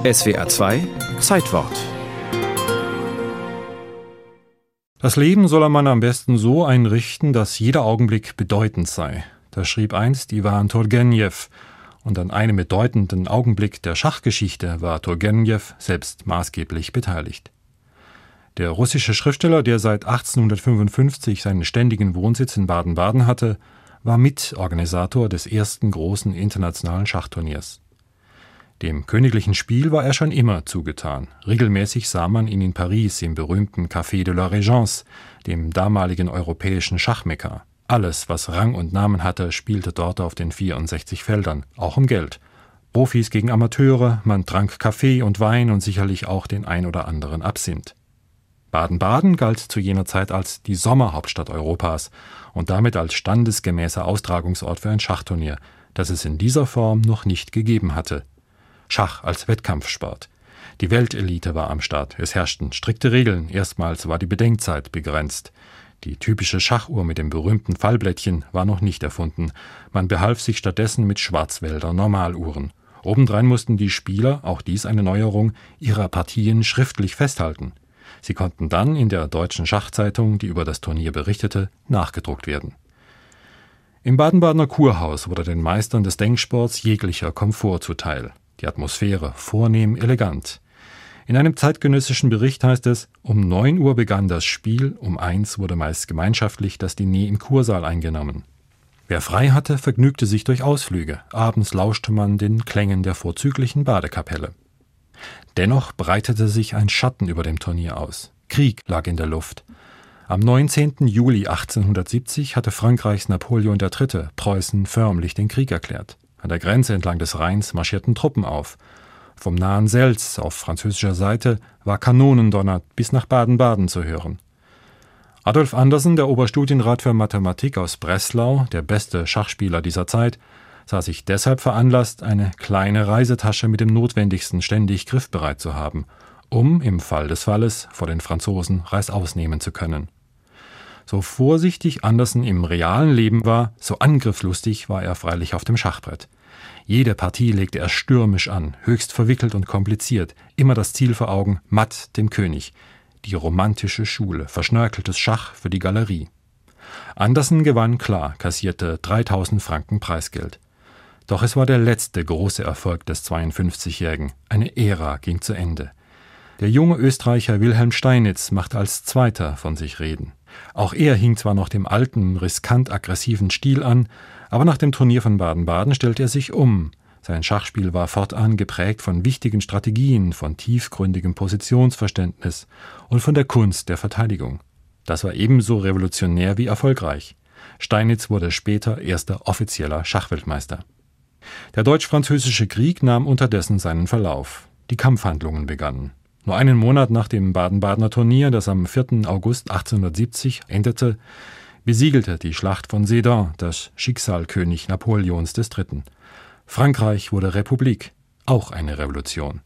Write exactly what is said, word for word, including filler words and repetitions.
S W R zwei Zeitwort. Das Leben solle man am besten so einrichten, dass jeder Augenblick bedeutend sei. Das schrieb einst Iwan Turgenjew. Und an einem bedeutenden Augenblick der Schachgeschichte war Turgenjew selbst maßgeblich beteiligt. Der russische Schriftsteller, der seit achtzehnhundertfünfundfünfzig seinen ständigen Wohnsitz in Baden-Baden hatte, war Mitorganisator des ersten großen internationalen Schachturniers. Dem königlichen Spiel war er schon immer zugetan. Regelmäßig sah man ihn in Paris im berühmten Café de la Régence, dem damaligen europäischen Schachmekka. Alles, was Rang und Namen hatte, spielte dort auf den vierundsechzig Feldern, auch um Geld. Profis gegen Amateure, man trank Kaffee und Wein und sicherlich auch den ein oder anderen Absinth. Baden-Baden galt zu jener Zeit als die Sommerhauptstadt Europas und damit als standesgemäßer Austragungsort für ein Schachturnier, das es in dieser Form noch nicht gegeben hatte. Schach als Wettkampfsport. Die Weltelite war am Start. Es herrschten strikte Regeln. Erstmals war die Bedenkzeit begrenzt. Die typische Schachuhr mit dem berühmten Fallblättchen war noch nicht erfunden. Man behalf sich stattdessen mit Schwarzwälder Normaluhren. Obendrein mussten die Spieler, auch dies eine Neuerung, ihre Partien schriftlich festhalten. Sie konnten dann in der Deutschen Schachzeitung, die über das Turnier berichtete, nachgedruckt werden. Im Baden-Badener Kurhaus wurde den Meistern des Denksports jeglicher Komfort zuteil. Die Atmosphäre vornehm elegant. In einem zeitgenössischen Bericht heißt es, um neun Uhr begann das Spiel, um eins wurde meist gemeinschaftlich das Diner im Kursaal eingenommen. Wer frei hatte, vergnügte sich durch Ausflüge. Abends lauschte man den Klängen der vorzüglichen Badekapelle. Dennoch breitete sich ein Schatten über dem Turnier aus. Krieg lag in der Luft. Am neunzehnten Juli achtzehnhundertsiebzig hatte Frankreichs Napoleon der Dritte Preußen förmlich den Krieg erklärt. An der Grenze entlang des Rheins marschierten Truppen auf. Vom nahen Selz auf französischer Seite war Kanonendonner bis nach Baden-Baden zu hören. Adolf Andersen, der Oberstudienrat für Mathematik aus Breslau, der beste Schachspieler dieser Zeit, sah sich deshalb veranlasst, eine kleine Reisetasche mit dem Notwendigsten ständig griffbereit zu haben, um im Fall des Falles vor den Franzosen Reißaus nehmen zu können. So vorsichtig Andersen im realen Leben war, so angriffslustig war er freilich auf dem Schachbrett. Jede Partie legte er stürmisch an, höchst verwickelt und kompliziert, immer das Ziel vor Augen, matt dem König. Die romantische Schule, verschnörkeltes Schach für die Galerie. Andersen gewann klar, kassierte dreitausend Franken Preisgeld. Doch es war der letzte große Erfolg des zweiundfünfzigjährigen. Eine Ära ging zu Ende. Der junge Österreicher Wilhelm Steinitz machte als Zweiter von sich reden. Auch er hing zwar noch dem alten, riskant-aggressiven Stil an, aber nach dem Turnier von Baden-Baden stellte er sich um. Sein Schachspiel war fortan geprägt von wichtigen Strategien, von tiefgründigem Positionsverständnis und von der Kunst der Verteidigung. Das war ebenso revolutionär wie erfolgreich. Steinitz wurde später erster offizieller Schachweltmeister. Der Deutsch-Französische Krieg nahm unterdessen seinen Verlauf. Die Kampfhandlungen begannen. Nur einen Monat nach dem Baden-Badener Turnier, das am vierten August achtzehnhundertsiebzig endete, besiegelte die Schlacht von Sedan das Schicksal König Napoleons des Dritten. Frankreich wurde Republik, auch eine Revolution.